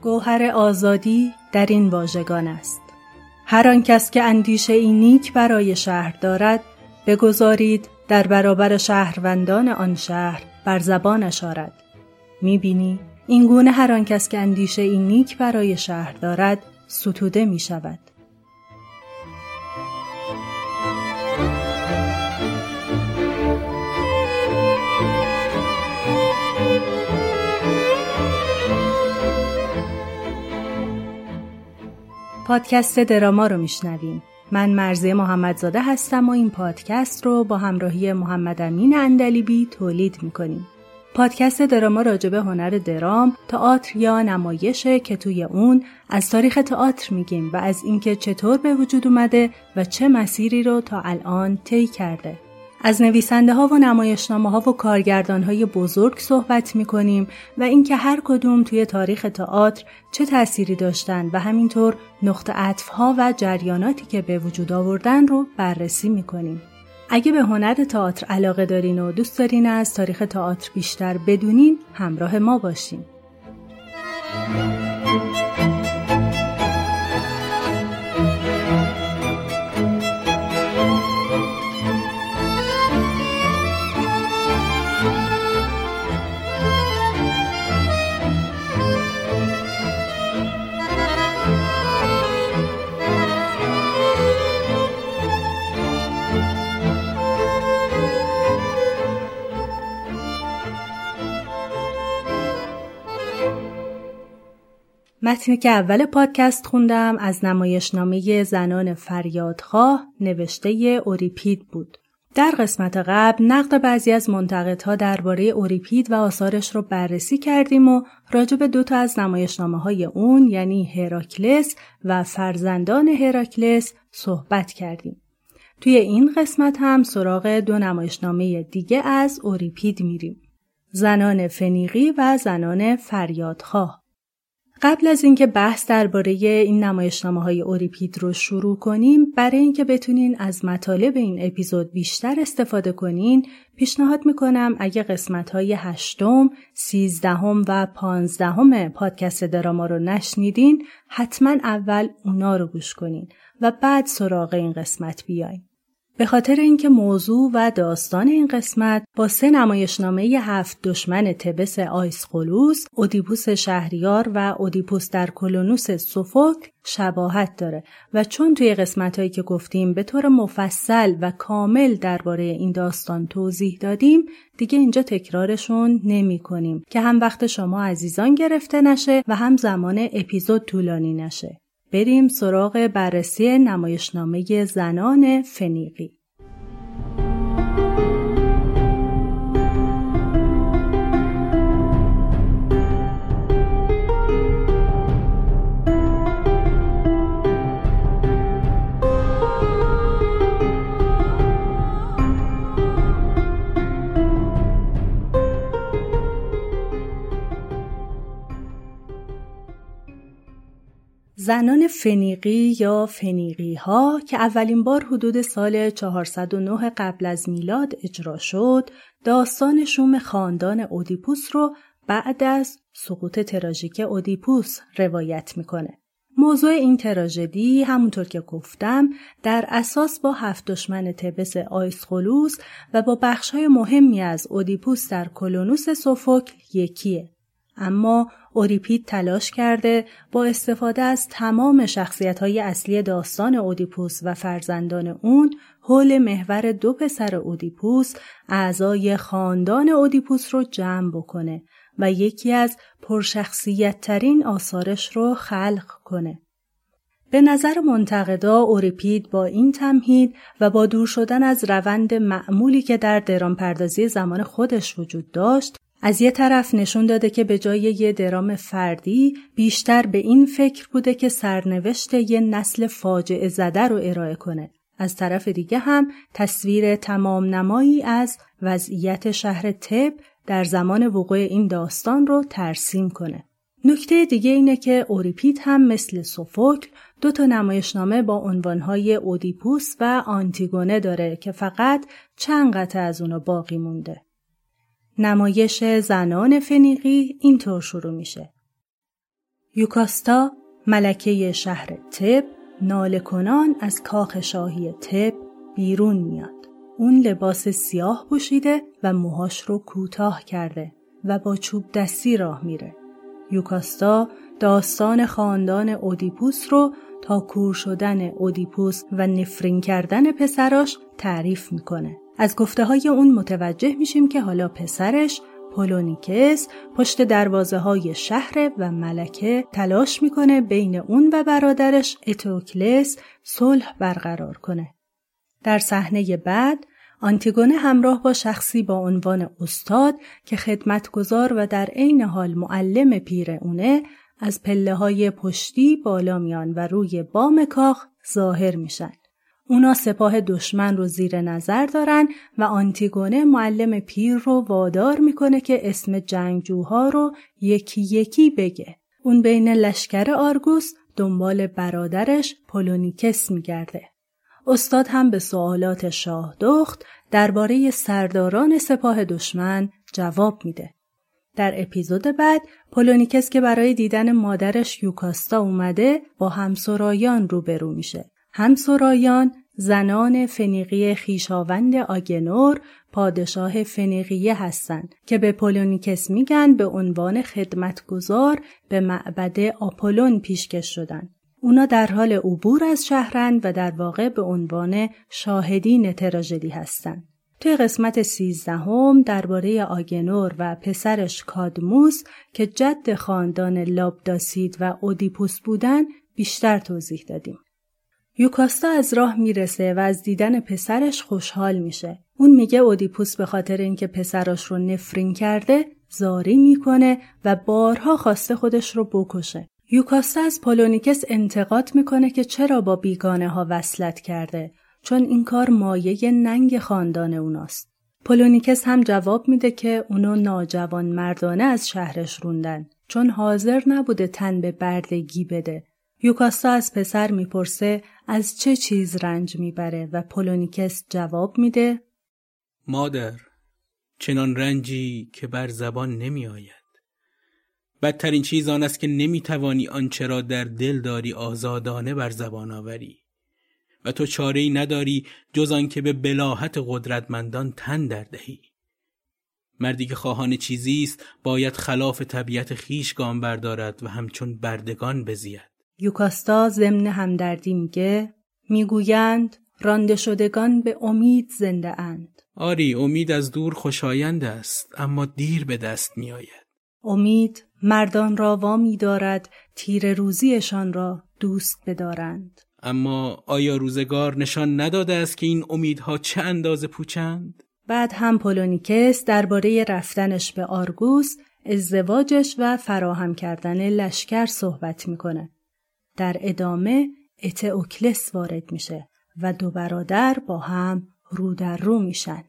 گوهر آزادی در این واژگان است. هر آن کس که اندیشه ای نیک برای شهر دارد، بگذارید در برابر شهروندان آن شهر بر زبانش آرد. می‌بینی؟ این گونه هر آن کس که اندیشه ای نیک برای شهر دارد، ستوده می شود. پادکست دراما رو میشنویم. من مرضیه محمدزاده هستم و این پادکست رو با همراهی محمد امین اندلیبی تولید میکنیم. پادکست دراما راجع به هنر درام، تئاتر یا نمایشه که توی اون از تاریخ تئاتر میگیم و از اینکه چطور به وجود اومده و چه مسیری رو تا الان طی کرده. از نویسنده ها و نمایشنامه ها و کارگردان های بزرگ صحبت می کنیم و اینکه هر کدوم توی تاریخ تئاتر چه تأثیری داشتن و همینطور نقطه عطف ها و جریاناتی که به وجود آوردن رو بررسی می کنیم. اگه به هنر تئاتر علاقه دارین و دوست دارین از تاریخ تئاتر بیشتر بدونین، همراه ما باشین. متنی که اول پادکست خوندم از نمایشنامه زنان فریادخواه نوشته اوریپید بود. در قسمت قبل نقد بعضی از منتقدها درباره اوریپید و آثارش رو بررسی کردیم و راجع به 2 از نمایشنامه‌های اون یعنی هراکلس و فرزندان هراکلس صحبت کردیم. توی این قسمت هم سراغ 2 نمایشنامه دیگه از اوریپید میریم. زنان فنیقی و زنان فریادخواه. قبل از اینکه بحث درباره این نمایشنامه‌های اوریپید رو شروع کنیم، برای اینکه بتونین از مطالب این اپیزود بیشتر استفاده کنین، پیشنهاد میکنم اگه قسمت‌های 8م، 13م و 15م پادکست دراما رو نشنیدین، حتما اول اونا رو گوش کنین و بعد سراغ این قسمت بیاین. به خاطر اینکه موضوع و داستان این قسمت با 3 نمایشنامه 7 دشمن تبس آیسخولوس، اودیپوس شهریار و اودیپوس در کلونوس سوفوکل شباهت داره و چون توی قسمتایی که گفتیم به طور مفصل و کامل درباره این داستان توضیح دادیم، دیگه اینجا تکرارشون نمی کنیم که هم وقت شما عزیزان گرفته نشه و هم زمان اپیزود طولانی نشه. بریم سراغ بررسی نمایشنامه زنان فنیقی. زنان فنیقی یا فنیقی ها که اولین بار حدود سال 409 قبل از میلاد اجرا شد، داستان شوم خاندان اودیپوس رو بعد از سقوط تراژیک اودیپوس روایت میکنه. موضوع این تراژدی همونطور که گفتم در اساس با 7 دشمن تبس آیسخولوس و با بخش‌های مهمی از اودیپوس در کلونوس سوفوکل یکیه. اما اوریپید تلاش کرده با استفاده از تمام شخصیت‌های اصلی داستان اودیپوس و فرزندان اون حول محور 2 پسر اودیپوس اعضای خاندان اودیپوس رو جمع بکنه و یکی از پرشخصیت‌ترین آثارش رو خلق کنه. به نظر منتقدا اوریپید با این تمهید و با دور شدن از روند معمولی که در درام پردازی زمان خودش وجود داشت، از یه طرف نشون داده که به جای یه درام فردی بیشتر به این فکر بوده که سرنوشت یه نسل فاجعه زده رو ارائه کنه. از طرف دیگه هم تصویر تمام نمایی از وضعیت شهر تب در زمان وقوع این داستان رو ترسیم کنه. نکته دیگه اینه که اوریپید هم مثل سوفوکل 2 نمایشنامه با عنوانهای اودیپوس و آنتیگونه داره که فقط چند قطعه از اونو باقی مونده. نمایش زنان فنیقی اینطور شروع میشه. یوکاستا ملکه شهر تب ناله کنان از کاخ شاهی تب بیرون میاد. اون لباس سیاه پوشیده و موهاش رو کوتاه کرده و با چوب دستی راه میره. یوکاستا داستان خاندان اودیپوس رو تا کور شدن اودیپوس و نفرین کردن پسراش تعریف میکنه. از گفته های اون متوجه میشیم که حالا پسرش پولونیکس پشت دروازه های شهر و ملکه تلاش میکنه بین اون و برادرش اتئوکلس صلح برقرار کنه. در صحنه بعد آنتیگونه همراه با شخصی با عنوان استاد که خدمتگزار و در عین حال معلم پیر اونه از پله‌های پشتی بالا میان و روی بام کاخ ظاهر میشن. اونا سپاه دشمن رو زیر نظر دارن و آنتیگونه معلم پیر رو وادار میکنه که اسم جنگجوها رو یکی یکی بگه. اون بین لشکر آرگوس دنبال برادرش پولونیکس میگرده. استاد هم به سوالات شاه دخت درباره سرداران سپاه دشمن جواب میده. در اپیزود بعد پولونیکس که برای دیدن مادرش یوکاستا اومده با همسرایان روبرو میشه. همسرایان زنان فنیقی خویشاوند آگنور پادشاه فنیقیه هستند که به پولونیکس میگن به عنوان خدمتگزار به معبد آپولون پیشکش شدن. اونا در حال عبور از شهرند و در واقع به عنوان شاهدین تراژدی هستند. توی قسمت 13 درباره آگنور و پسرش کادموس که جد خاندان لابداسید و اودیپوس بودن بیشتر توضیح دادیم. یوکاستا از راه میرسه و از دیدن پسرش خوشحال میشه. اون میگه اودیپوس به خاطر اینکه پسرش رو نفرین کرده زاری میکنه و بارها خواسته خودش رو بکشه. یوکاستا از پولونیکس انتقاد میکنه که چرا با بیگانه ها وصلت کرده، چون این کار مایه ننگ خاندان اوناست. پولونیکس هم جواب میده که اونو ناجوان مردانه از شهرش روندن، چون حاضر نبوده تن به بردگی بده. یوکاستا از پسر میپرسه از چه چیز رنج میبره و پولونیکس جواب میده مادر، چنان رنجی که بر زبان نمی آید. بدترین چیز آن است که نمیتوانی آنچه را در دل داری آزادانه بر زبان آوری و تو چاره‌ای نداری جز آن که به بلاهت قدرتمندان تن در دهی. مردی که خواهان چیزی است باید خلاف طبیعت خیش گام بردارد و همچون بردگان بزید. یوکاستا ضمن همدردی میگویند رانده شدگان به امید زنده اند. آری، امید از دور خوشایند است اما دیر به دست می آید. امید مردان را وامی دارد تیر روزیشان را دوست بدارند. اما آیا روزگار نشان نداده است که این امیدها چه اندازه پوچند؟ بعد هم پولونیکس درباره رفتنش به آرگوس، ازدواجش و فراهم کردن لشکر صحبت میکنه. در ادامه اتئوکلس وارد میشه و دو برادر با هم رو در رو میشن.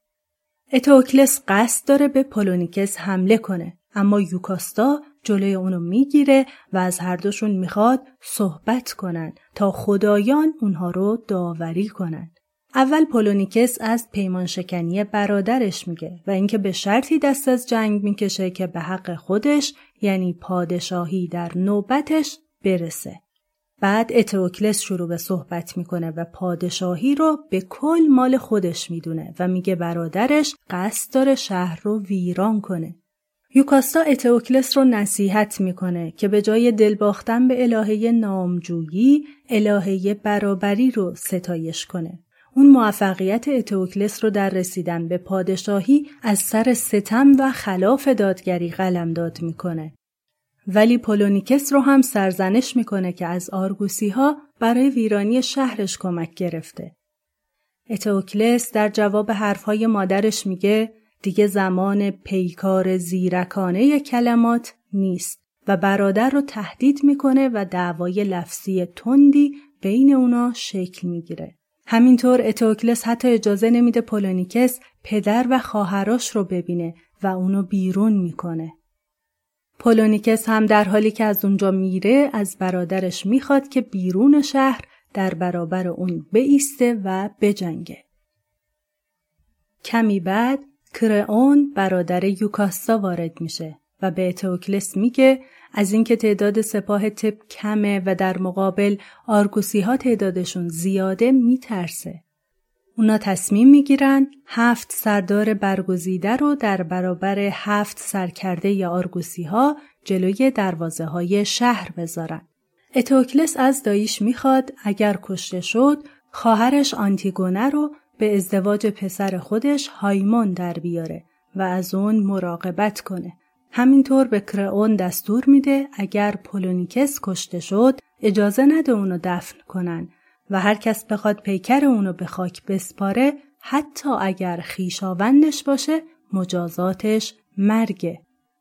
اتئوکلس قصد داره به پولونیکس حمله کنه، اما یوکاستا جلوی اونو میگیره و از هر دوشون میخواد صحبت کنن تا خدایان اونها رو داوری کنن. اول پولونیکس از پیمان شکنی برادرش میگه و اینکه به شرطی دست از جنگ میکشه که به حق خودش یعنی پادشاهی در نوبتش برسه. بعد اتئوکلس شروع به صحبت میکنه و پادشاهی رو به کل مال خودش میدونه و میگه برادرش قصد داره شهر رو ویران کنه. یوکاستا اتئوکلس رو نصیحت میکنه که به جای دل باختن به الهه نامجویی، الهه برابری رو ستایش کنه. اون موفقیت اتئوکلس رو در رسیدن به پادشاهی از سر ستم و خلاف دادگری قلمداد میکنه. ولی پولونیکس رو هم سرزنش میکنه که از آرگوسی‌ها برای ویرانی شهرش کمک گرفته. اتئوکلس در جواب حرفهای مادرش میگه دیگه زمان پیکار زیرکانه کلمات نیست و برادر رو تهدید میکنه و دعوای لفظی تندی بین اونا شکل میگیره. همینطور اتئوکلس حتی اجازه نمیده پولونیکس پدر و خواهرش رو ببینه و اونو بیرون میکنه. پولونیکس هم در حالی که از اونجا میره از برادرش میخواد که بیرون شهر در برابر اون بایسته و بجنگه. کمی بعد کرئون برادر یوکاستا وارد میشه و به اتئوکلس میگه از اینکه تعداد سپاه تب کمه و در مقابل آرگوسی‌ها تعدادشون زیاده میترسه. اونا تصمیم میگیرن 7 سردار برگزیده رو در برابر 7 سرکرده ی آرگوسی‌ها جلوی دروازه‌های شهر بذارن. اتئوکلس از داییش میخواد اگر کشته شد خواهرش آنتیگونه رو به ازدواج پسر خودش هایمون در بیاره و از اون مراقبت کنه. همینطور به کرئون دستور میده اگر پولونیکس کشته شد اجازه نده اونو دفن کنن و هر کس بخواد پیکر اونو به خاک بسپاره حتی اگر خویشاوندش باشه مجازاتش مرگه.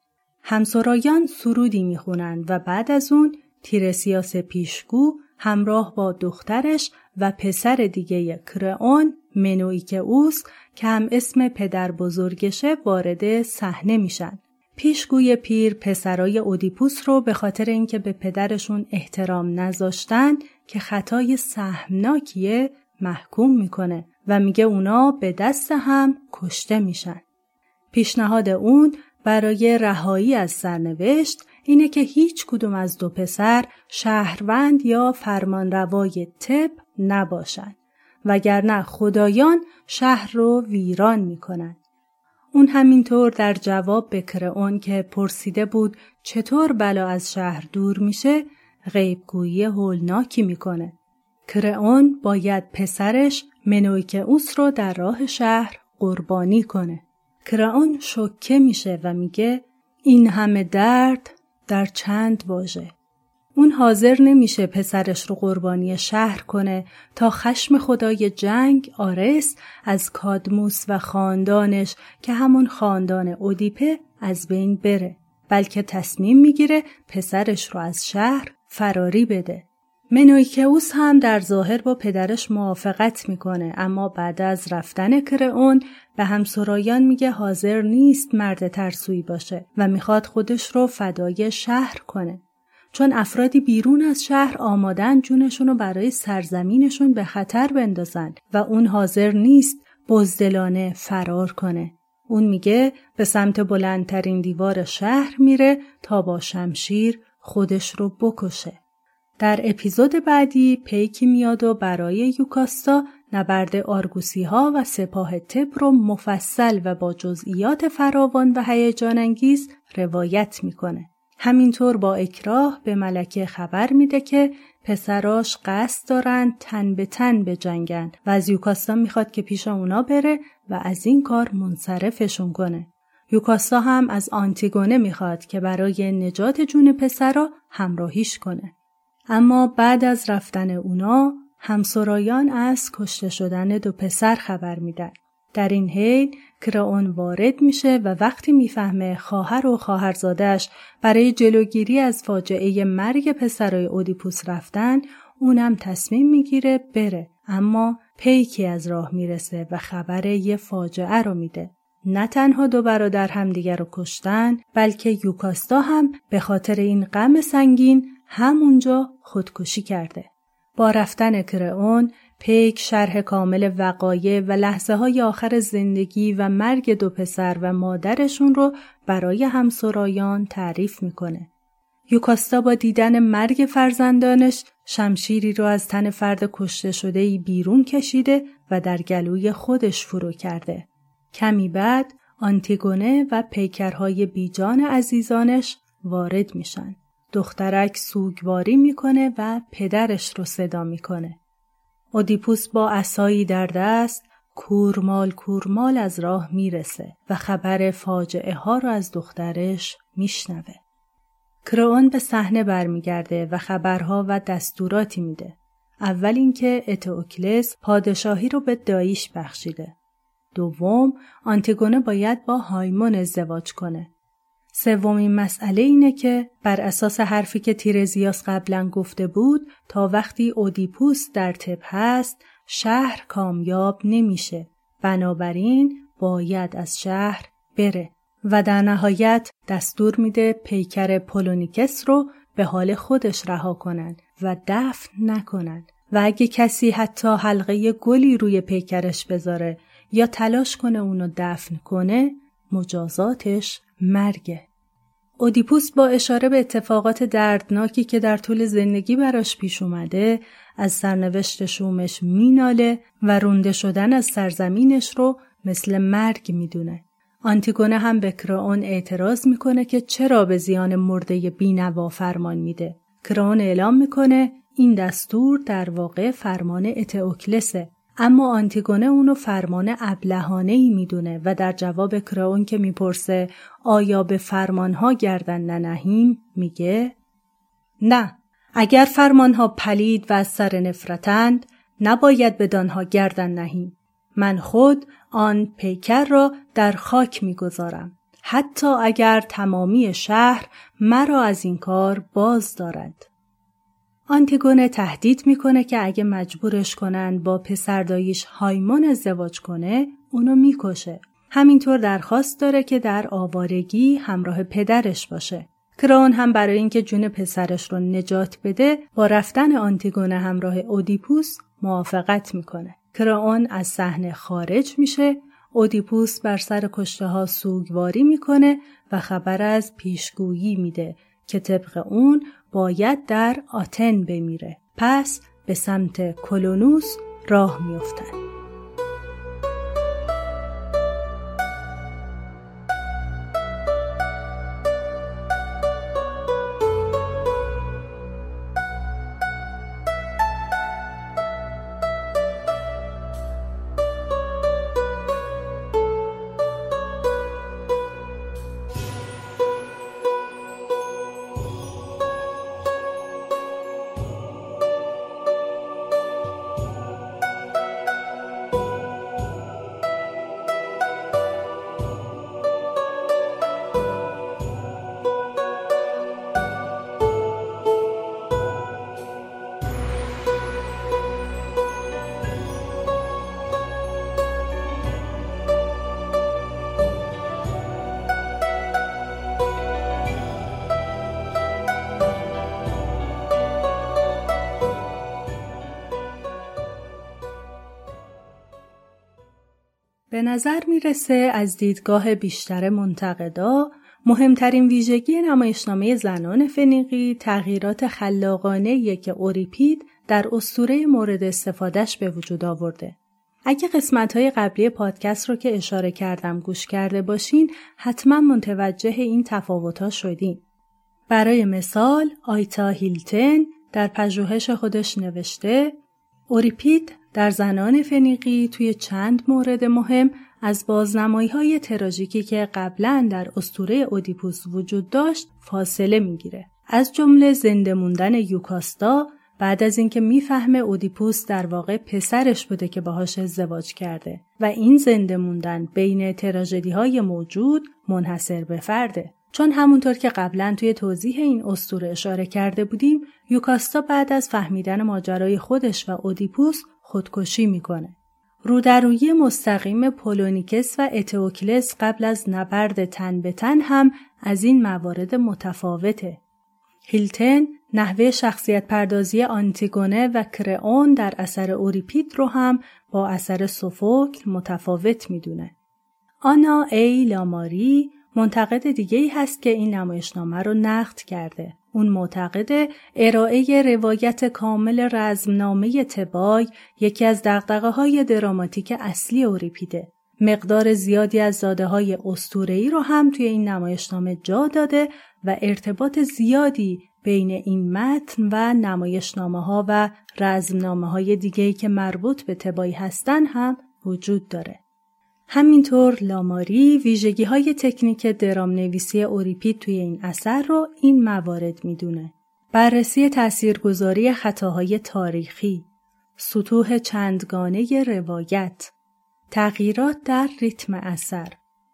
همسرایان سرودی میخونن و بعد از اون تیرسیاس پیشگو همراه با دخترش و پسر دیگه کرئون منوئیکئوس که هم اسم پدر بزرگشه وارد صحنه میشن. پیشگوی پیر پسرای اودیپوس رو به خاطر اینکه به پدرشون احترام نذاشتن که خطای سهمناکیه محکوم میکنه و میگه اونا به دست هم کشته میشن. پیشنهاد اون برای رهایی از سرنوشت اینه که هیچ کدوم از دو پسر شهروند یا فرمانروای تب نباشن وگرنه خدایان شهر رو ویران میکنن. اون همینطور در جواب به کرئون که پرسیده بود چطور بلا از شهر دور میشه غیبگویی هولناکی میکنه. کرئون باید پسرش منوئیکئوس رو در راه شهر قربانی کنه. کرئون شوکه میشه و میگه این همه درد در چند واژه. اون حاضر نمیشه پسرش رو قربانی شهر کنه تا خشم خدای جنگ آرس از کادموس و خاندانش که همون خاندان اودیپه از بین بره، بلکه تصمیم میگیره پسرش رو از شهر فراری بده. منوئیکئوس هم در ظاهر با پدرش موافقت میکنه، اما بعد از رفتن کرئون به همسرایان میگه حاضر نیست مرد ترسویی باشه و میخواد خودش رو فدای شهر کنه. چون افرادی بیرون از شهر آمادن جونشون رو برای سرزمینشون به خطر بندازن و اون حاضر نیست بزدلانه فرار کنه. اون میگه به سمت بلندترین دیوار شهر میره تا با شمشیر خودش رو بکشه. در اپیزود بعدی پیکی میاد و برای یوکاستا نبرد آرگوسی‌ها و سپاه تب رو مفصل و با جزئیات فراوان و هیجان انگیز روایت میکنه. همینطور با اکراه به ملکه خبر میده که پسراش قصد دارن تن به تن بجنگن و از یوکاستا میخواد که پیش اونا بره و از این کار منصرفشون کنه. یوکاستا هم از آنتیگونه میخواد که برای نجات جون پسرا همراهیش کنه. اما بعد از رفتن اونا همسرایان از کشته شدن دو پسر خبر میدن. در این حین کرئون وارد میشه و وقتی میفهمه خواهر و خواهرزادش برای جلوگیری از فاجعه مرگ پسرای اودیپوس رفتن، اونم تصمیم میگیره بره، اما پیکی از راه میرسه و خبر یه فاجعه رو میده. نه تنها دو برادر همدیگر رو کشتن، بلکه یوکاستا هم به خاطر این غم سنگین همونجا خودکشی کرده. با رفتن کرئون، پیک شرح کامل وقایع و لحظه های آخر زندگی و مرگ دو پسر و مادرشون رو برای همسرایان تعریف میکنه. یوکاستا با دیدن مرگ فرزندانش شمشیری رو از تن فرد کشته شده‌ای بیرون کشیده و در گلوی خودش فرو کرده. کمی بعد آنتیگونه و پیکرهای بیجان عزیزانش وارد میشن. دخترک سوگواری میکنه و پدرش رو صدا میکنه. اودیپوس با عصایی در دست کورمال از راه میرسه و خبر فاجعه ها رو از دخترش میشنوه. کرئون به صحنه برمیگرده و خبرها و دستوراتی میده. اول اینکه اتئوکلس پادشاهی رو به داییش بخشیده. دوم، آنتیگونه باید با هایمون ازدواج کنه. سومین مسئله اینه که بر اساس حرفی که تیرزیاس قبلا گفته بود تا وقتی اودیپوس در تب هست شهر کامیاب نمیشه، بنابراین باید از شهر بره و در نهایت دستور میده پیکر پولونیکس رو به حال خودش رها کنن و دفن نکنن و اگه کسی حتی حلقه گلی روی پیکرش بذاره یا تلاش کنه اونو دفن کنه مجازاتش مرگه. اودیپوس با اشاره به اتفاقات دردناکی که در طول زندگی براش پیش اومده از سرنوشت شومش میناله و رونده شدن از سرزمینش رو مثل مرگ میدونه. آنتیگونه هم به کرئون اعتراض میکنه که چرا به زیان مرده بینوا فرمان میده. کرئون اعلام میکنه این دستور در واقع فرمان اتئوکلسه، اما آنتیگونه اونو فرمان ابلهانه‌ای میدونه و در جواب کرئون که میپرسه آیا به فرمانها گردن ننهیم میگه نه، اگر فرمانها پلید و از سر نفرتند نباید بدانها گردن نهیم. من خود آن پیکر را در خاک میگذارم، حتی اگر تمامی شهر مرا از این کار باز دارد. آنتیگونه تهدید میکنه که اگه مجبورش کنن با پسرداییش هایمون ازدواج کنه اونو میکشه. همینطور درخواست داره که در آوارگی همراه پدرش باشه. کرئون هم برای اینکه جون پسرش رو نجات بده با رفتن آنتیگونه همراه اودیپوس موافقت میکنه. کرئون از صحنه خارج میشه. اودیپوس بر سر کشته ها سوگواری میکنه و خبر از پیشگویی میده که طبق اون باید در آتن بمیره. پس به سمت کلونوس راه میافتن. به نظر میرسه از دیدگاه بیشتر منتقدا مهمترین ویژگی نمایشنامه زنان فنیقی تغییرات خلاقانه‌ایه که اوریپید در اسطوره مورد استفادهش به وجود آورده. اگه قسمت‌های قبلی پادکست رو که اشاره کردم گوش کرده باشین حتما متوجه این تفاوت‌ها شدین. برای مثال آیتا هیلتن در پژوهش خودش نوشته اوریپید در زنان فنیقی توی چند مورد مهم از بازنمایی‌های تراژیکی که قبلاً در اسطوره اودیپوس وجود داشت فاصله میگیره. از جمله زنده موندن یوکاستا بعد از اینکه میفهمه اودیپوس در واقع پسرش بوده که باهاش ازدواج کرده و این زنده موندن بین تراژدی‌های موجود منحصر به فرده. چون همونطور که قبلا توی توضیح این اسطوره اشاره کرده بودیم، یوکاستا بعد از فهمیدن ماجرای خودش و اودیپوس خودکشی میکنه. رودرویی مستقیم پولونیکس و اتئوکلس قبل از نبرد تن به تن هم از این موارد متفاوته. هیلتن نحوه شخصیت پردازی آنتیگونه و کرئون در اثر اوریپید رو هم با اثر سوفوکل متفاوت میدونه. آنا ای لاماری منتقد دیگه‌ای هست که این نمایشنامه رو نقد کرده. اون معتقد ارائه روایت کامل رزمنامه تبای یکی از دغدغه‌های دراماتیک اصلی اوریپیده. مقدار زیادی از زاده‌های اسطوره‌ای رو هم توی این نمایشنامه جا داده و ارتباط زیادی بین این متن و نمایشنامه‌ها و رزمنامه‌های دیگه‌ای که مربوط به تبای هستن هم وجود داره. همینطور لاماری ویژگی‌های تکنیک درام نویسی اوریپید توی این اثر رو این موارد میدونه: بررسی تاثیرگذاری خطاهای تاریخی، سطوح چندگانه روایت، تغییرات در ریتم اثر،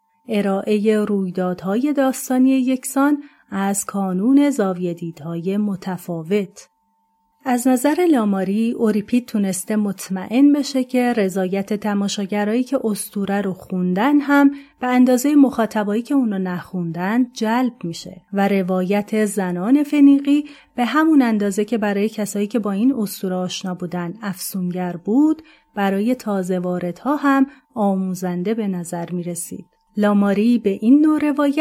ارائه رویدادهای داستانی یکسان از کانون زاویه‌دیدهای متفاوت. از نظر لاماری اوریپید تونسته مطمئن بشه که رضایت تماشاگرایی که اسطوره رو خوندن هم به اندازه مخاطبایی که اونو نخوندن جلب میشه و روایت زنان فنیقی به همون اندازه که برای کسایی که با این اسطوره آشنا بودن افسونگر بود، برای تازه واردها هم آموزنده به نظر میرسید. لاماری به این نوع روایت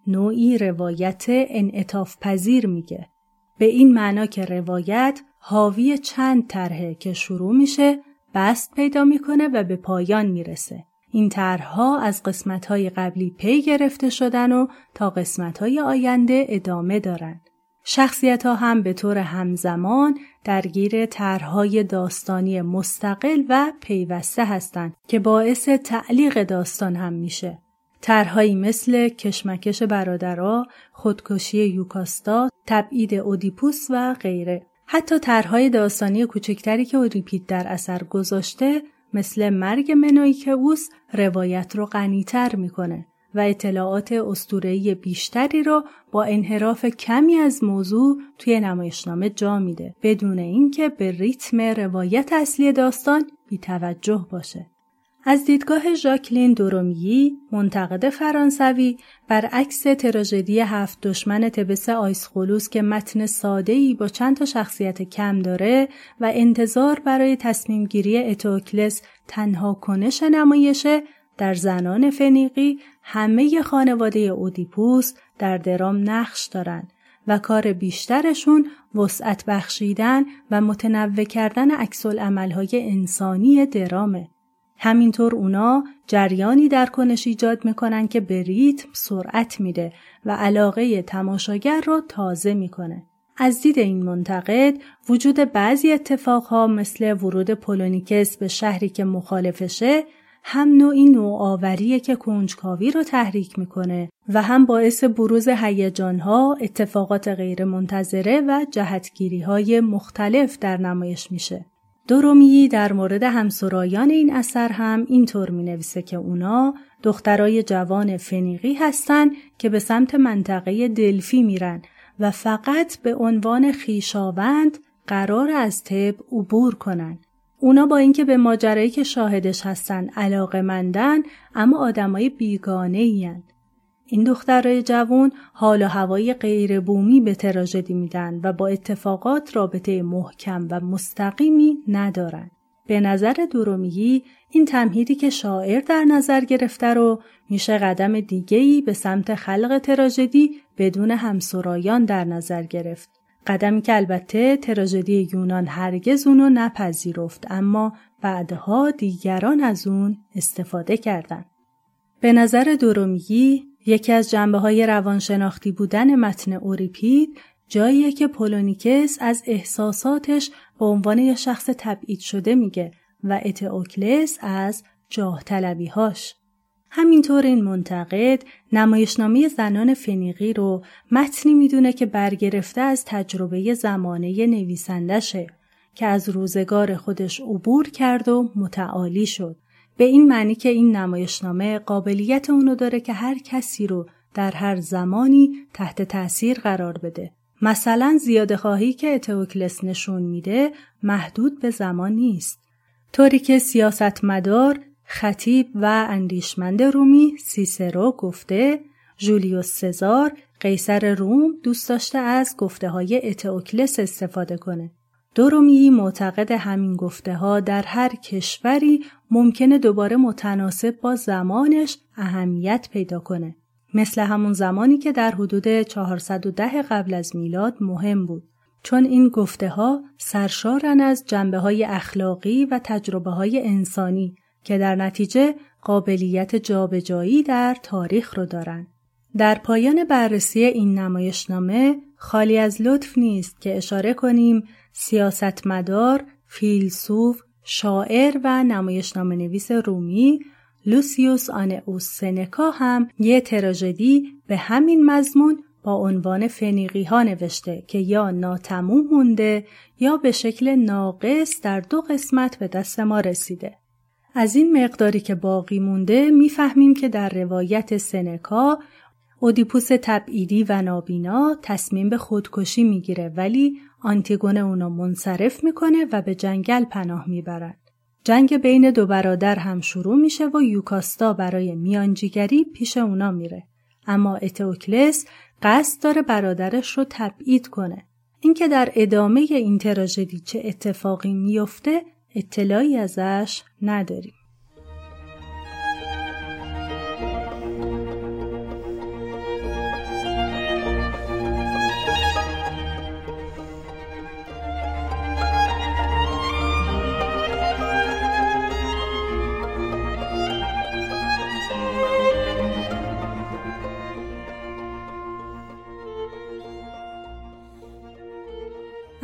نوعی روایت انعطاف پذیر میگه. به این معنا که روایت حاوی چند طرحه که شروع میشه، بست پیدا میکنه و به پایان میرسه. این طرح‌ها از قسمت‌های قبلی پی گرفته شدن و تا قسمت‌های آینده ادامه دارن. شخصیت‌ها هم به طور همزمان درگیر طرح‌های داستانی مستقل و پیوسته هستند که باعث تعلیق داستان هم میشه. طرح‌هایی مثل کشمکش برادرها، خودکشی یوکاستا، تبعید اودیپوس و غیره. حتی طرح‌های داستانی کوچکتری که اوریپید در اثر گذاشته مثل مرگ منویکئوس روایت رو غنی‌تر میکنه و اطلاعات اسطوره‌ای بیشتری رو با انحراف کمی از موضوع توی نمایشنامه جا میده بدون اینکه به ریتم روایت اصلی داستان بی‌توجه باشه. از دیدگاه ژاکلین دورومیی، منتقد فرانسوی، برعکس تراژدی 7 دشمن تبس آیسخولوس که متن ساده‌ای با چند تا شخصیت کم داره و انتظار برای تصمیم گیری اتئوکلس تنها کنش نمایشه، در زنان فنیقی همه خانواده اودیپوس در درام نقش دارن و کار بیشترشون وسعت بخشیدن و متنوع کردن عکس‌العمل‌های انسانی درامه. همینطور اونا جریانی در کنش ایجاد میکنن که به ریتم سرعت میده و علاقه تماشاگر رو تازه میکنه. از دید این منتقد وجود بعضی اتفاقها مثل ورود پولونیکس به شهری که مخالفشه هم نوعی نوآوریه که کنجکاوی رو تحریک میکنه و هم باعث بروز هیجان‌ها، اتفاقات غیر منتظره و جهتگیری‌های مختلف در نمایش میشه. دورومیی در مورد همسرایان این اثر هم اینطور می‌نویسه که اونا دخترای جوان فنیقی هستن که به سمت منطقه دلفی میرن و فقط به عنوان خویشاوند قرار از تب عبور کنن. اونا با اینکه به ماجرایی که شاهدش هستن علاقه‌مندن، اما آدمای بیگانه‌این. این دخترای جوان حال و هوای غیر بومی به تراژدی میدن و با اتفاقات رابطه محکم و مستقیمی ندارن. به نظر دورومیی این تمهیدی که شاعر در نظر گرفته رو میشه قدم دیگه‌ای به سمت خلق تراژدی بدون همسرایان در نظر گرفت. قدمی که البته تراژدی یونان هرگز اونو نپذیرفت، اما بعدها دیگران از اون استفاده کردن. به نظر دورومیی یکی از جنبه‌های روانشناختی بودن متن اوریپید جاییه که پولونیکس از احساساتش به عنوان یک شخص تبعید شده میگه و اتئوکلس از جاه طلبی‌هاش. همینطور این منتقد نمایشنامه زنان فنیقی رو متنی میدونه که برگرفته از تجربه زمانه نویسندشه که از روزگار خودش عبور کرد و متعالی شد. به این معنی که این نمایشنامه قابلیت اونو داره که هر کسی رو در هر زمانی تحت تأثیر قرار بده. مثلا زیاده‌خواهی که اتئوکلس نشون میده محدود به زمان نیست. طوری که سیاستمدار، خطیب و اندیشمند رومی سیسرو گفته، جولیوس سزار قیصر روم دوست داشته از گفته‌های اتئوکلس استفاده کنه. دورومیی معتقد همین گفته‌ها در هر کشوری ممکنه دوباره متناسب با زمانش اهمیت پیدا کنه. مثل همون زمانی که در حدود 410 قبل از میلاد مهم بود. چون این گفته‌ها سرشارن از جنبه‌های اخلاقی و تجربه‌های انسانی که در نتیجه قابلیت جابجایی در تاریخ رو دارن. در پایان بررسی این نمایشنامه خالی از لطف نیست که اشاره کنیم سیاستمدار، فیلسوف، شاعر و نمایشنامه نویس رومی لوسیوس آنئوس سنکا هم یه تراژدی به همین مضمون با عنوان فنیقی ها نوشته که یا ناتموم مونده یا به شکل ناقص در 2 قسمت به دست ما رسیده. از این مقداری که باقی مونده میفهمیم که در روایت سنکا اودیپوس تبعیدی و نابینا تصمیم به خودکشی میگیره ولی آنتیگونه اونو منصرف میکنه و به جنگل پناه میبرن. جنگ بین 2 برادر هم شروع میشه و یوکاستا برای میانجیگری پیش اونا میره. اما اتئوکلس قصد داره برادرش رو تبعید کنه. اینکه در ادامه این تراژدی چه اتفاقی میفته اطلاعی ازش نداریم.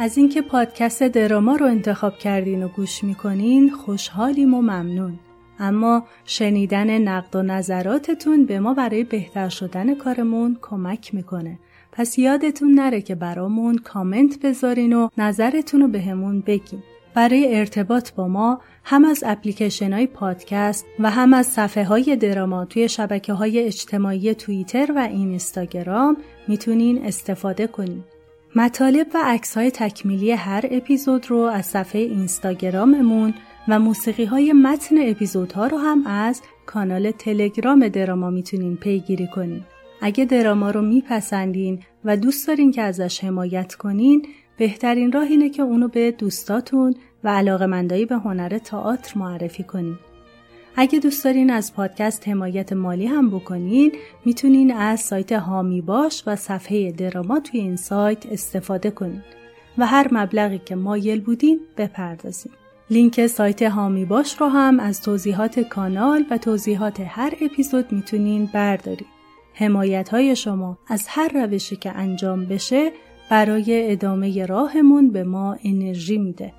از اینکه پادکست دراما رو انتخاب کردین و گوش میکنین خوشحالیم و ممنون. اما شنیدن نقد و نظراتتون به ما برای بهتر شدن کارمون کمک میکنه. پس یادتون نره که برامون کامنت بذارین و نظرتون رو بهمون بگین. برای ارتباط با ما هم از اپلیکیشن‌های پادکست و هم از صفحه‌های دراما توی شبکه‌های اجتماعی توییتر و اینستاگرام میتونین استفاده کنین. مطالب و عکس‌های تکمیلی هر اپیزود رو از صفحه اینستاگراممون و موسیقی‌های متن اپیزودها رو هم از کانال تلگرام دراما میتونین پیگیری کنین. اگه دراما رو میپسندین و دوست دارین که ازش حمایت کنین، بهترین راه اینه که اونو به دوستاتون و علاقه‌مندای به هنر تئاتر معرفی کنین. اگه دوست دارین از پادکست حمایت مالی هم بکنین، میتونین از سایت هامی باش و صفحه دراما توی این سایت استفاده کنین و هر مبلغی که مایل بودین بپردازین. لینک سایت هامی باش رو هم از توضیحات کانال و توضیحات هر اپیزود میتونین بردارین. حمایت‌های شما از هر روشی که انجام بشه برای ادامه راهمون به ما انرژی میده.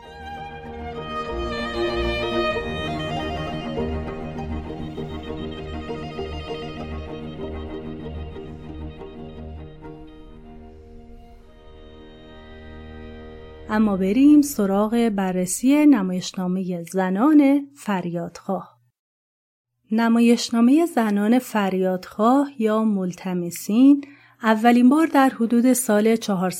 اما بریم سراغ بررسی نمایشنامه زنان فریادخواه. نمایشنامه زنان فریادخواه یا ملتمسین اولین بار در حدود سال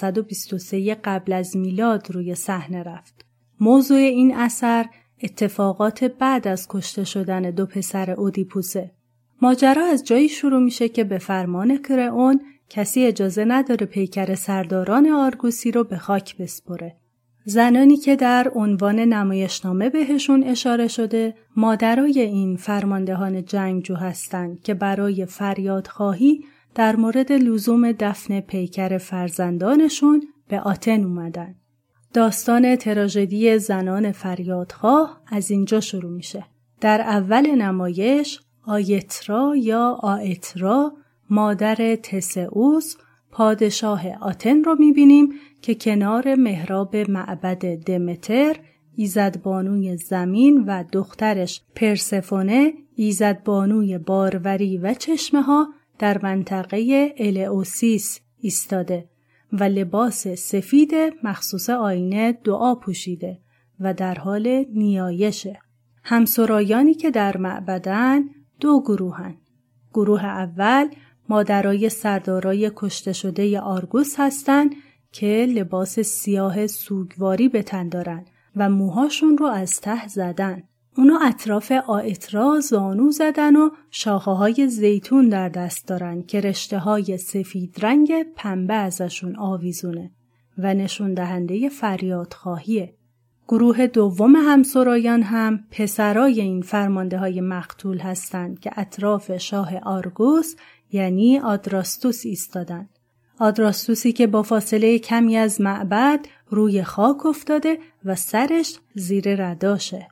423 قبل از میلاد روی صحنه رفت. موضوع این اثر اتفاقات بعد از کشته شدن دو پسر اودیپوسه. ماجرا از جایی شروع میشه که به فرمان کرئون کسی اجازه نداره پیکر سرداران آرگوسی رو به خاک بسپره. زنانی که در عنوان نمایشنامه بهشون اشاره شده مادرای این فرماندهان جنگجو هستند که برای فریادخواهی در مورد لزوم دفن پیکر فرزندانشون به آتن اومدن. داستان تراژدی زنان فریادخواه از اینجا شروع میشه. در اول نمایش آیترا یا آیترا مادر تسئوس پادشاه آتن رو میبینیم که کنار محراب معبد دمتر ایزدبانوی زمین و دخترش پرسفونه ایزدبانوی باروری و چشمه ها در منطقه الئوسیس ایستاده و لباس سفید مخصوص آینه دعا پوشیده و در حال نیایشه. همسرایانی که در معبدن دو گروهن. گروه اول مادرای سردارای کشته شده آرگوس هستن که لباس سیاه سوگواری به تن دارن و موهاشون رو از ته زدن. اونا اطراف آیترا زانو زدن و شاخه‌های زیتون در دست دارن که رشته‌های سفید رنگ پنبه ازشون آویزونه و نشون دهنده فریادخواهیه. گروه دوم همسرایان هم پسرای این فرمانده‌های مقتول هستند که اطراف شاه آرگوس یعنی آدراستوس ایستادن. آدراستوسی که با فاصله کمی از معبد روی خاک افتاده و سرش زیر رداشه.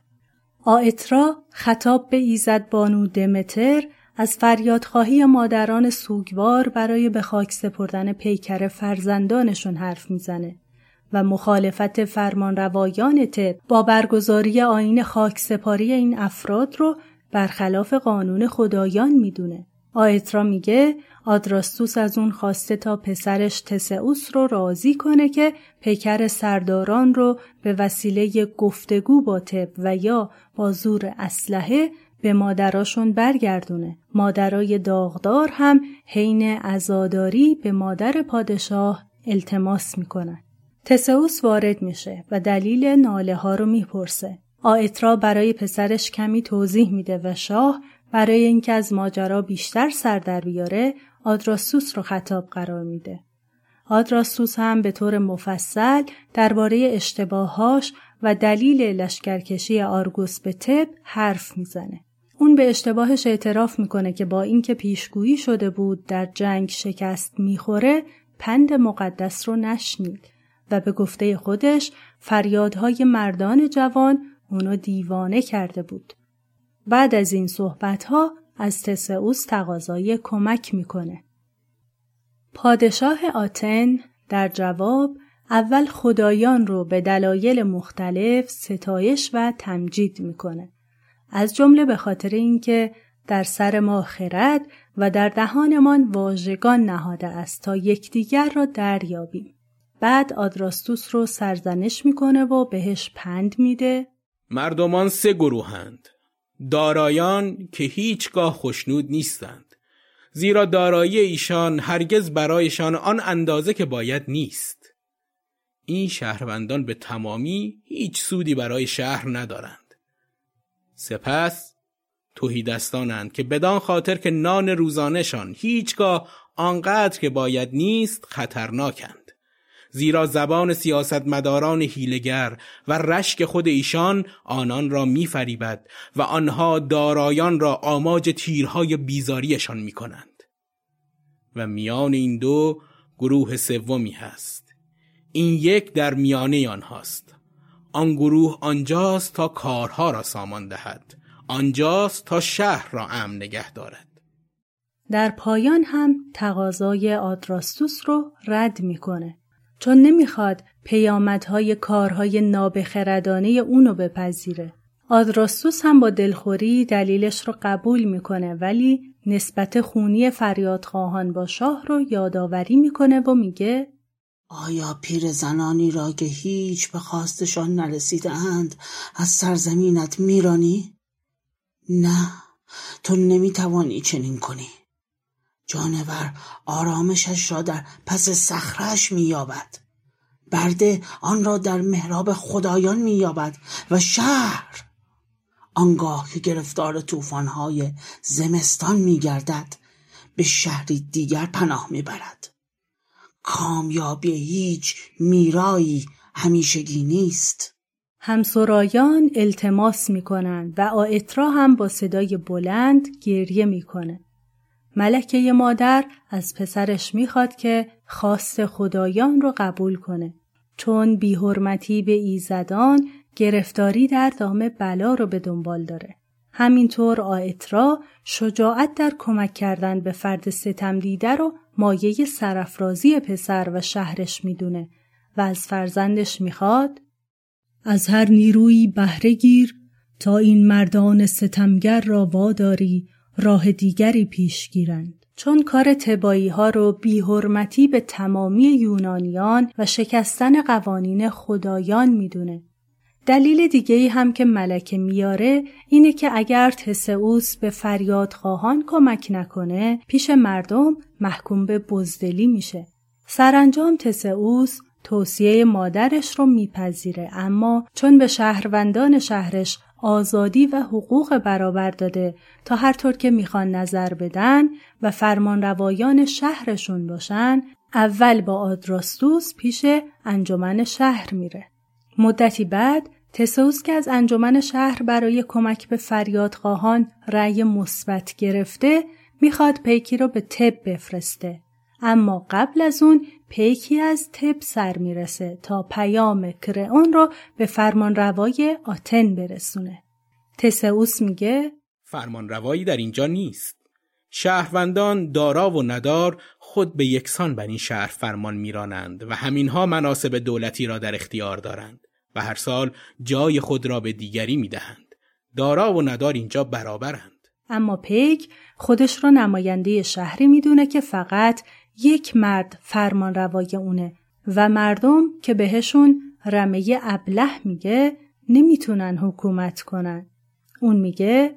آیترا خطاب به ایزدبانو دمتر از فریادخواهی مادران سوگوار برای به خاک سپردن پیکر فرزندانشون حرف میزنه و مخالفت فرمانروایان تب با برگزاری آیین خاک سپاری این افراد رو برخلاف قانون خدایان میدونه. آیترا میگه آدراستوس از اون خواسته تا پسرش تسئوس رو راضی کنه که پیکر سرداران رو به وسیله گفتگو با تب و یا با زور اسلحه به مادراشون برگردونه. مادرای داغدار هم حین عزاداری به مادر پادشاه التماس میکنن. تسئوس وارد میشه و دلیل ناله ها رو میپرسه. آیترا برای پسرش کمی توضیح میده و شاه برای اینکه از ماجرا بیشتر سر در بیاره آدراستوس رو خطاب قرار میده. آدراستوس هم به طور مفصل درباره اشتباهاش و دلیل لشکرکشی آرگوس به تب حرف میزنه. اون به اشتباهش اعتراف میکنه که با اینکه پیشگویی شده بود در جنگ شکست میخوره پند مقدس رو نشنید و به گفته خودش فریادهای مردان جوان اونو دیوانه کرده بود. بعد از این صحبتها از تسئوس تقاضای کمک میکنه. پادشاه آتن در جواب اول خدایان رو به دلایل مختلف ستایش و تمجید میکنه. از جمله به خاطر اینکه در سر ما خرد و در دهانمان واژگان نهاده است تا یکدیگر را دریابیم. بعد آدراستوس رو سرزنش میکنه و بهش پند میده. مردمان 3 گروهند. دارایان که هیچگاه خوشنود نیستند، زیرا دارایی ایشان هرگز برایشان آن اندازه که باید نیست. این شهروندان به تمامی هیچ سودی برای شهر ندارند. سپس تهیدستانند که بدان خاطر که نان روزانشان هیچگاه آنقدر که باید نیست خطرناکند، زیرا زبان سیاستمداران حیله‌گر و رشک خود ایشان آنان را می‌فریبد و آنها دارایان را آماج تیرهای بیزاریشان می‌کنند. و میان این 2 گروه سومی هست. این یک در میانه آنهاست. آن گروه آنجاست تا کارها را سامان دهد، آنجاست تا شهر را امن نگه دارد. در پایان هم تقاضای آدراستوس رو رد میکنه، چون نمیخواد پیامدهای کارهای نابخردانه اونو بپذیره. آدراستوس هم با دلخوری دلیلش رو قبول میکنه، ولی نسبت خونی فریادخواهان با شاه رو یادآوری میکنه و میگه آیا پیرزنانی را که هیچ به خواستشان نرسیده اند از سرزمینت میرانی؟ نه، تو نمیتوانی چنین کنی. جانور آرامشش را در پس صخره‌اش مییابد، برده آن را در محراب خدایان مییابد و شهر آنگاه که گرفتار طوفان‌های زمستان میگردد به شهری دیگر پناه میبرد. کامیابی هیچ میرایی همیشگی نیست. همسرایان التماس میکنند و آیترا هم با صدای بلند گریه میکنه. ملکه مادر از پسرش میخواد که خواست خدایان رو قبول کنه، چون بی‌حرمتی به ایزدان گرفتاری در دام بلا رو به دنبال داره. همینطور آیترا شجاعت در کمک کردن به فرد ستم دیده رو مایه سرافرازی پسر و شهرش میدونه و از فرزندش میخواد از هر نیرویی بهره گیر تا این مردان ستمگر را واداری راه دیگری پیش گیرند. چون کار تبایی ها رو بی‌حرمتی به تمامی یونانیان و شکستن قوانین خدایان میدونه. دلیل دیگه‌ای هم که ملکه میاره اینه که اگر تسئوس به فریادخواهان کمک نکنه پیش مردم محکوم به بزدلی میشه. سرانجام تسئوس توصیه مادرش رو میپذیره، اما چون به شهروندان شهرش آزادی و حقوق برابر داده تا هر طور که میخوان نظر بدن و فرمانروایان شهرشون باشن، اول با آدراستوس پیش انجمن شهر میره. مدتی بعد تسئوس که از انجمن شهر برای کمک به فریادخواهان رأی مثبت گرفته میخواد پیکی رو به تب بفرسته، اما قبل از اون پیکی از تب سر میرسه تا پیام کرئون رو به فرمانروای آتن برسونه. تسئوس میگه فرمانروایی در اینجا نیست. شهروندان دارا و ندار خود به یکسان بر این شهر فرمان میرانند و همینها مناصب دولتی را در اختیار دارند و هر سال جای خود را به دیگری میدهند. دارا و ندار اینجا برابرند. اما پیک خودش را نماینده شهری میدونه که فقط یک مرد فرمان روای اونه و مردم که بهشون رمه ابله میگه نمیتونن حکومت کنن. اون میگه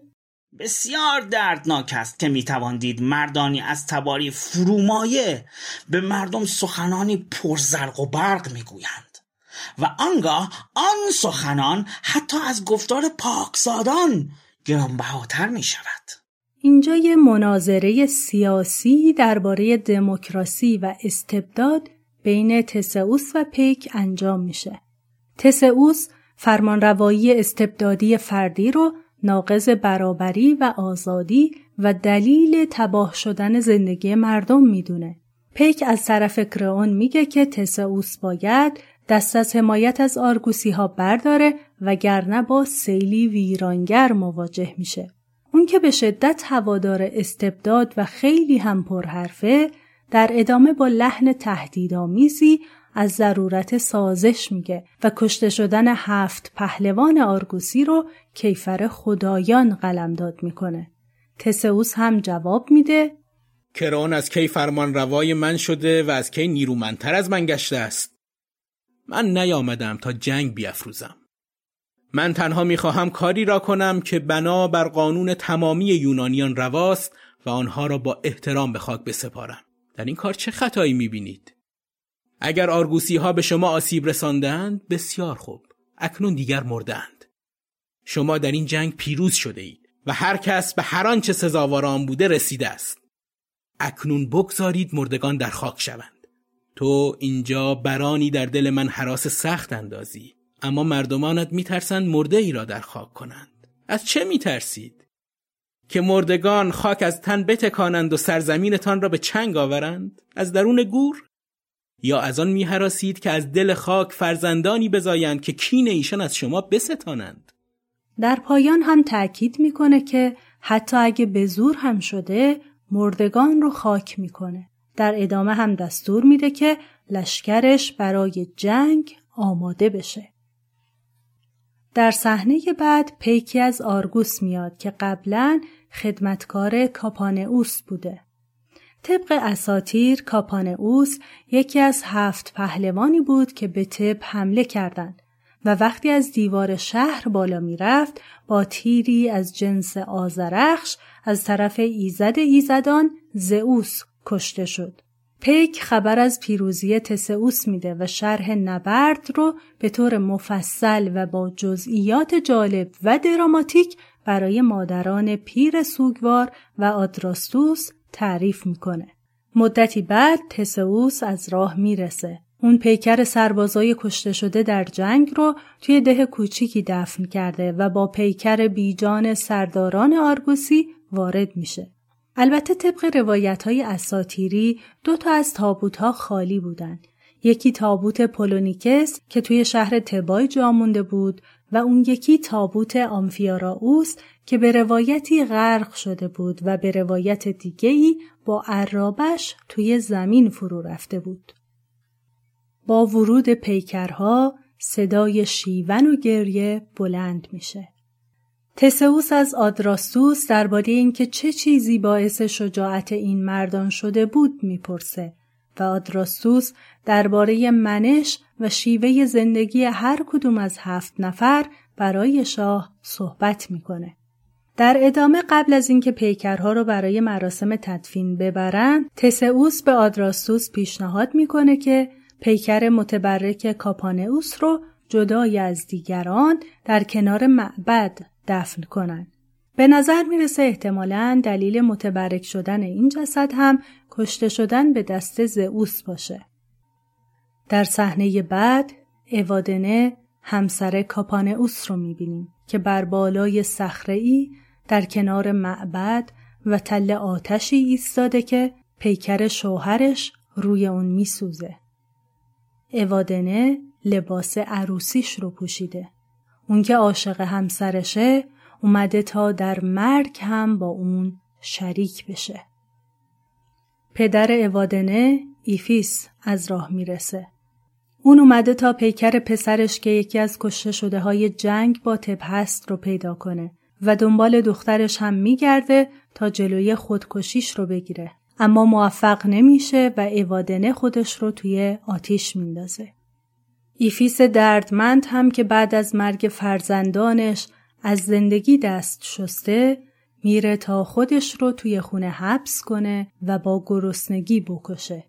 بسیار دردناک است که میتوان دید مردانی از تباری فرومایه به مردم سخنانی پرزرق و برق میگویند و آنگاه آن سخنان حتی از گفتار پاکزادان گرانبهاتر میشود. اینجا یه مناظره سیاسی درباره دموکراسی و استبداد بین تسئوس و پیک انجام میشه. تسئوس فرمانروایی استبدادی فردی رو ناقض برابری و آزادی و دلیل تباه شدن زندگی مردم میدونه. پیک از طرف کرئون میگه که تسئوس باید دست از حمایت از آرگوسی ها برداره وگرنه با سیلی ویرانگر مواجه میشه. اون که به شدت هوادار استبداد و خیلی هم پرحرفه، در ادامه با لحن تهدیدآمیزی از ضرورت سازش میگه و کشته شدن 7 پهلوان آرگوسی رو کیفر خدایان قلمداد میکنه. تسئوس هم جواب میده کرون از کی فرمان روای من شده و از کی نیرومندتر از من گشته است. من نیامدم تا جنگ بیافروزم. من تنها میخواهم کاری را کنم که بنا بر قانون تمامی یونانیان رواست و آنها را با احترام به خاک بسپارم. در این کار چه خطایی میبینید؟ اگر آرگوسی ها به شما آسیب رساندند بسیار خوب. اکنون دیگر مردند. شما در این جنگ پیروز شده اید و هر کس به هر آنچه سزاوار آن بوده رسیده است. اکنون بگذارید مردگان در خاک شوند. تو اینجا برانی در دل من هراس سخت اندازی، اما مردمانت میترسند مرده ای را در خاک کنند. از چه میترسید؟ که مردگان خاک از تن بتکانند و سرزمینتان را به چنگ آورند؟ از درون گور؟ یا از آن میهراسید که از دل خاک فرزندانی بزایند که کین ایشان از شما بستانند؟ در پایان هم تأکید میکنه که حتی اگه به زور هم شده مردگان رو خاک میکنه. در ادامه هم دستور میده که لشکرش برای جنگ آماده بشه. در صحنه بعد پیکی از آرگوس میاد که قبلاً خدمتکار کاپانئوس بوده. طبق اساطیر کاپانئوس یکی از 7 پهلوانی بود که به تب حمله کردند و وقتی از دیوار شهر بالا می رفت با تیری از جنس آذرخش از طرف ایزد ایزدان زئوس کشته شد. پیک خبر از پیروزی تسئوس میده و شرح نبرد رو به طور مفصل و با جزئیات جالب و دراماتیک برای مادران پیر سوگوار و آدراستوس تعریف میکنه. مدتی بعد تسئوس از راه میرسه. اون پیکر سربازای کشته شده در جنگ رو توی ده کوچیکی دفن کرده و با پیکر بیجان سرداران آرگوسی وارد میشه. البته طبق روایت‌های اساطیری 2 تا از تابوت‌ها خالی بودن. یکی تابوت پولونیکس که توی شهر تبای جا مونده بود و اون یکی تابوت آمفیاراوس که به روایتی غرق شده بود و به روایت دیگه‌ای با عرابش توی زمین فرو رفته بود. با ورود پیکرها صدای شیون و گریه بلند میشه. تسئوس از آدراستوس درباره اینکه چه چیزی باعث شجاعت این مردان شده بود میپرسه و آدراستوس درباره منش و شیوه زندگی هر کدوم از 7 نفر برای شاه صحبت میکنه. در ادامه قبل از اینکه پیکرها رو برای مراسم تدفین ببرن، تسئوس به آدراستوس پیشنهاد میکنه که پیکر متبرک کاپانئوس رو جدای از دیگران در کنار معبد دفن کنن. به نظر میرسه احتمالاً دلیل متبرک شدن این جسد هم کشته شدن به دست زئوس باشه. در صحنه بعد اوادنه همسر کاپانئوس رو میبینیم که بر بالای صخره‌ای در کنار معبد و تله آتشی ایستاده که پیکر شوهرش روی اون میسوزه. اوادنه لباس عروسیش رو پوشیده. اون که عاشق همسرشه اومده تا در مرگ هم با اون شریک بشه. پدر اوادنه ایفیس از راه میرسه. اون اومده تا پیکر پسرش که یکی از کشته شده های جنگ با تب هست رو پیدا کنه و دنبال دخترش هم میگرده تا جلوی خودکشیش رو بگیره. اما موفق نمیشه و اوادنه خودش رو توی آتیش میندازه. ایفیس دردمند هم که بعد از مرگ فرزندانش از زندگی دست شسته میره تا خودش رو توی خونه حبس کنه و با گرسنگی بکشه.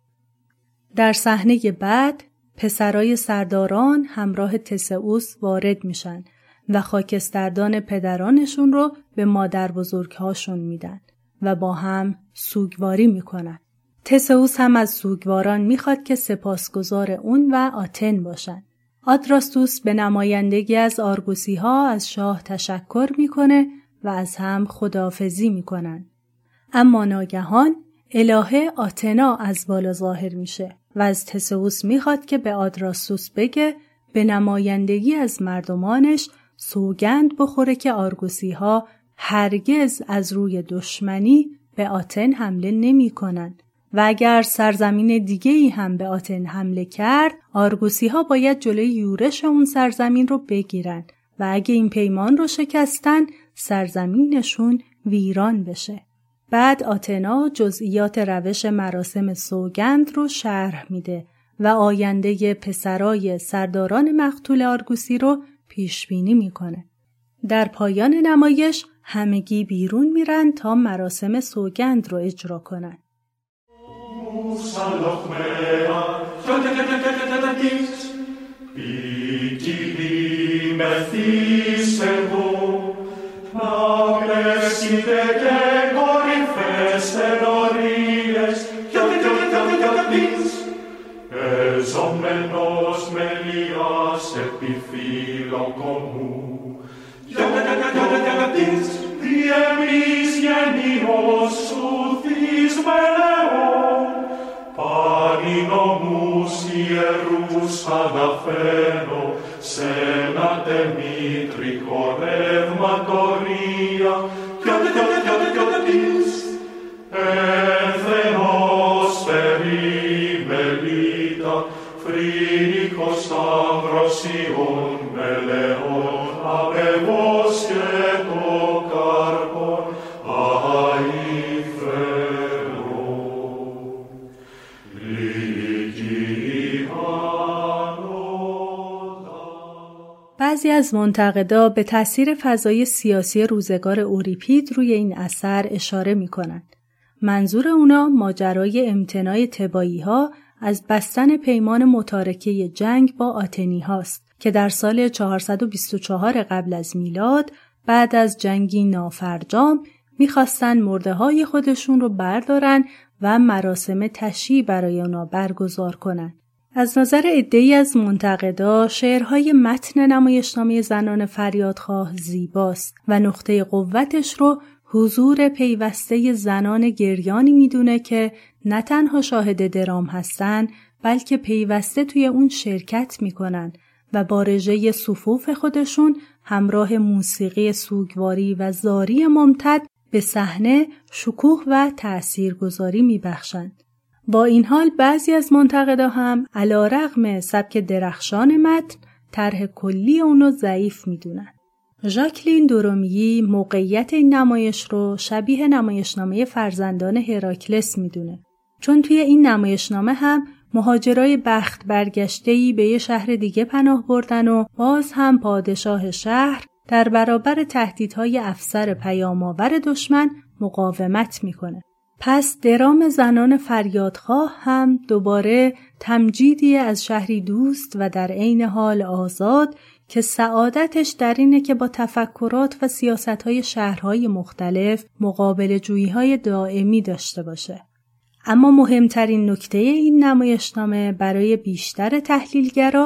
در صحنه بعد پسرای سرداران همراه تسئوس وارد میشن و خاکستردان پدرانشون رو به مادر بزرگهاشون میدن و با هم سوگواری میکنن. تسئوس هم از سوگواران میخواد که سپاسگزار اون و آتن باشن. آدراستوس به نمایندگی از آرگوسی ها از شاه تشکر میکنه و از هم خداحافظی میکنن. اما ناگهان الهه آتنا از بالا ظاهر میشه و از تسئوس میخواد که به آدراستوس بگه به نمایندگی از مردمانش سوگند بخوره که آرگوسی ها هرگز از روی دشمنی به آتن حمله نمی کنن و اگر سرزمین دیگه‌ای هم به آتن حمله کرد، آرگوسی‌ها باید جلوی یورش اون سرزمین رو بگیرن و اگه این پیمان رو شکستن، سرزمینشون ویران بشه. بعد آتنا جزئیات روش مراسم سوگند رو شرح میده و آینده پسرای سرداران مقتول آرگوسی رو پیش بینی میکنه. در پایان نمایش همگی بیرون میرن تا مراسم سوگند رو اجرا کنن. بعضی از منتقدا به تأثیر فضای سیاسی روزگار اوریپید روی این اثر اشاره می‌کنند. منظور اونا ماجرای امتناع تبایی‌ها از بستن پیمان متارکه جنگ با آتنی هاست که در سال 424 قبل از میلاد بعد از جنگی نافرجام می‌خواستن مرده‌های خودشون رو بردارن و مراسم تشییع برای اونا برگزار کنن. از نظر عده‌ای از منتقدا شعرهای متن نمایشنامه زنان فریادخواه زیباست و نقطه قوتش رو حضور پیوسته زنان گریانی میدونه که نه تنها شاهد درام هستن بلکه پیوسته توی اون شرکت میکنن و با رژه صفوف خودشون همراه موسیقی سوگواری و زاری ممتد به صحنه شکوه و تأثیرگذاری میبخشند. با این حال بعضی از منتقدا هم علی‌رغم سبک درخشان متن طرح کلی اونو ضعیف میدونن. ژاکلین دورومیی موقعیت این نمایش رو شبیه نمایشنامه فرزندان هراکلس میدونه. چون توی این نمایشنامه هم مهاجرای بخت برگشته‌ای به یه شهر دیگه پناه بردن و باز هم پادشاه شهر در برابر تهدیدهای افسر پیام‌آور دشمن مقاومت میکنه. پس درام زنان فریادخواه هم دوباره تمجیدی از شهری دوست و در عین حال آزاد که سعادتش در اینه که با تفکرات و سیاست‌های شهرهای مختلف مقابل جویی‌های دائمی داشته باشه. اما مهمترین نکته این نمایشنامه برای بیشتر تحلیلگرا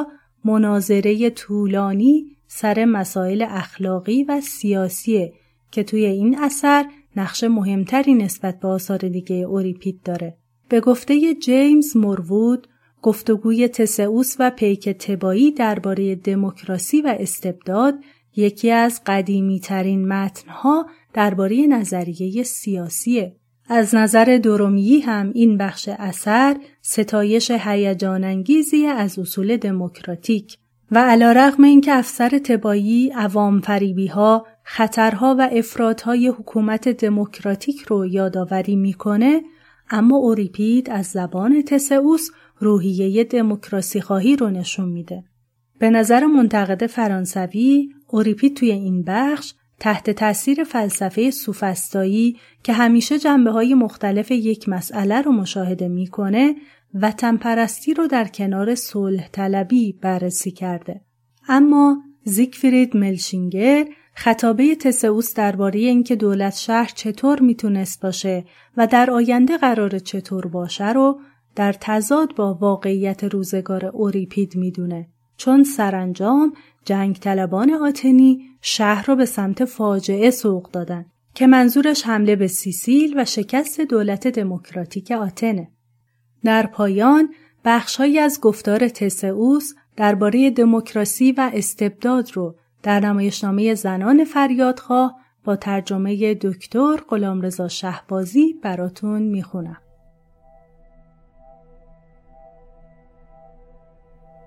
مناظره طولانی سر مسائل اخلاقی و سیاسیه که توی این اثر نقش مهمتری نسبت به آثار دیگه اوریپید داره. به گفته جیمز مورود، گفتگوی تسئوس و پیک تبایی درباره دموکراسی و استبداد یکی از قدیمی‌ترین متن‌ها درباره نظریه سیاسیه. از نظر دورومیی هم این بخش اثر ستایش هیجان‌انگیزی از اصول دموکراتیک و علی‌رغم اینکه افسر تبایی عوام فریبی‌ها، خطرها و افراط‌های حکومت دموکراتیک رو یادآوری می‌کنه، اما اوریپید از زبان تسئوس روحیه دموکراسی خواهی رو نشون میده. به نظر منتقد فرانسوی، اوریپید توی این بخش تحت تأثیر فلسفه سوفسطایی که همیشه جنبه‌های مختلف یک مسئله رو مشاهده میکنه، وطن پرستی رو در کنار صلح طلبی بررسی کرده. اما زیگفرید ملشینگر خطابه تسئوس درباره اینکه دولت شهر چطور میتونست باشه و در آینده قراره چطور باشه رو در تضاد با واقعیت روزگار اوریپید میدونه، چون سرانجام جنگ طلبان آتنی شهر رو به سمت فاجعه سوق دادن که منظورش حمله به سیسیل و شکست دولت دموکراتیک آتنه. در پایان بخش‌هایی از گفتار تسئوس درباره دموکراسی و استبداد رو در نمایشنامه زنان فریادخواه با ترجمه دکتر غلامرضا شهبازی براتون میخونم.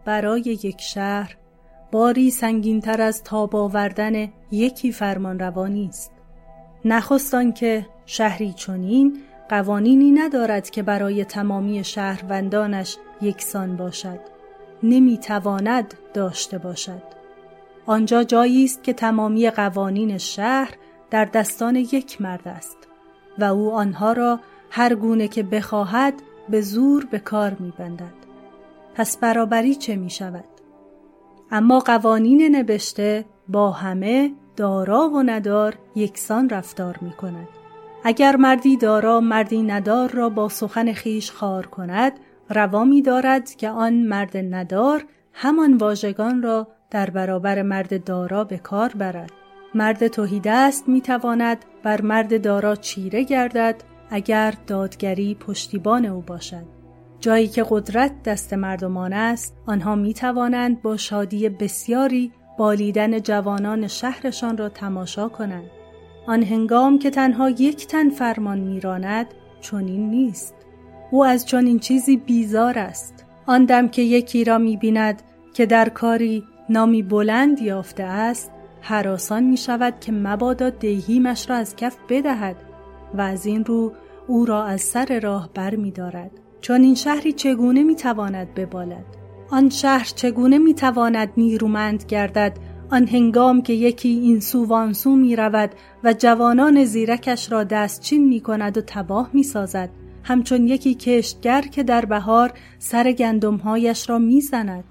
برای یک شهر باری سنگین‌تر از تاب آوردن یکی فرمانروا نیست. نخست آنکه شهری چنین قوانینی ندارد که برای تمامی شهروندانش یکسان باشد. نمیتواند داشته باشد. آنجا جایی است که تمامی قوانین شهر در دستان یک مرد است و او آنها را هر گونه که بخواهد به زور به کار می‌بندد. پس برابری چه می‌شود؟ اما قوانین نوشته با همه دارا و ندار یکسان رفتار می‌کند. اگر مردی دارا مردی ندار را با سخن خیش خوار کند، روا می‌دارد که آن مرد ندار همان واژگان را در برابر مرد دارا به کار برد. مرد تهیدست می‌تواند بر مرد دارا چیره گردد اگر دادگری پشتیبان او باشد. جایی که قدرت دست مردمان است، آنها می‌توانند با شادی بسیاری بالیدن جوانان شهرشان را تماشا کنند. آن هنگام که تنها یک تن فرمان می‌راند، چنین نیست. او از چنین چیزی بیزار است. آن دم که یکی را می‌بیند که در کاری نامی بلند یافته است، هراسان می‌شود که مبادا دیهیمش را از کف بدهد و از این رو او را از سر راه بر می‌دارد. چون این شهری چگونه می‌تواند ببالد؟ آن شهر چگونه می‌تواند نیرومند گردد آن هنگام که یکی این سو و آن سو می‌رود و جوانان زیرکش را دستچین می‌کند و تباه می‌سازد، همچون یکی کشتگر که در بهار سر گندم‌هایش را می‌زند.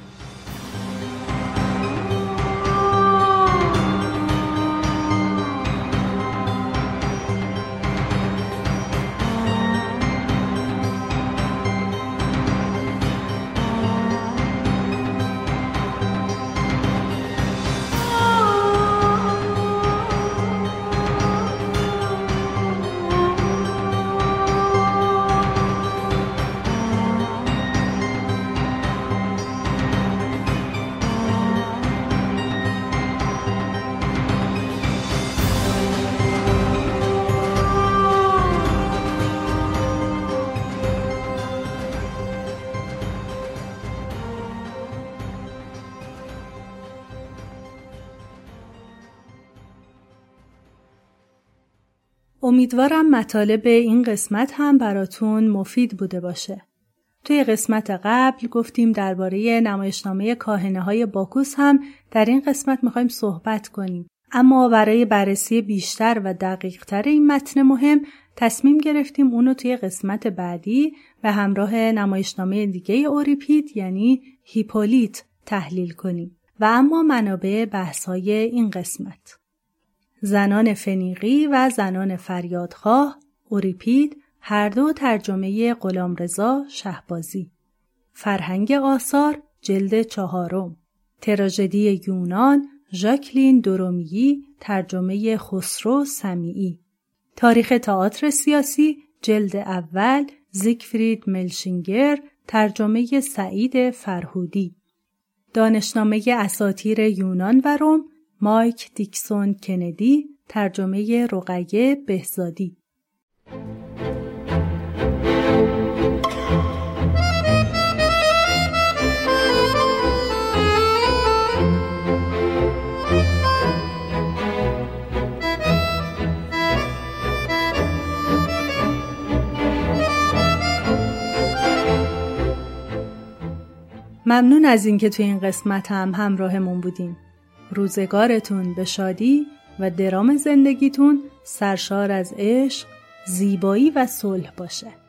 امیدوارم مطالب این قسمت هم براتون مفید بوده باشه. توی قسمت قبل گفتیم درباره نمایشنامه کاهنه‌های باکوس هم در این قسمت می‌خوایم صحبت کنیم. اما برای بررسی بیشتر و دقیق‌تر این متن مهم تصمیم گرفتیم اونو توی قسمت بعدی به همراه نمایشنامه دیگه اوریپید یعنی هیپولیت تحلیل کنیم. و اما منابع بحث‌های این قسمت: زنان فنیقی و زنان فریادخواه، اوریپید، هر دو ترجمه غلامرضا شهبازی. فرهنگ آثار، جلد 4. تراژدی یونان، ژاکلین دورومیی، ترجمه خسرو سمیعی. تاریخ تئاتر سیاسی، جلد اول، زیگفرید ملشینگر، ترجمه سعید فرهودی. دانشنامه اساطیر یونان و روم، مایک دیکسون کندی، ترجمه رقیه بهزادی. ممنون از اینکه توی این قسمت هم همراهمون بودین. روزگارتون به شادی و درام زندگیتون سرشار از عشق، زیبایی و صلح باشه.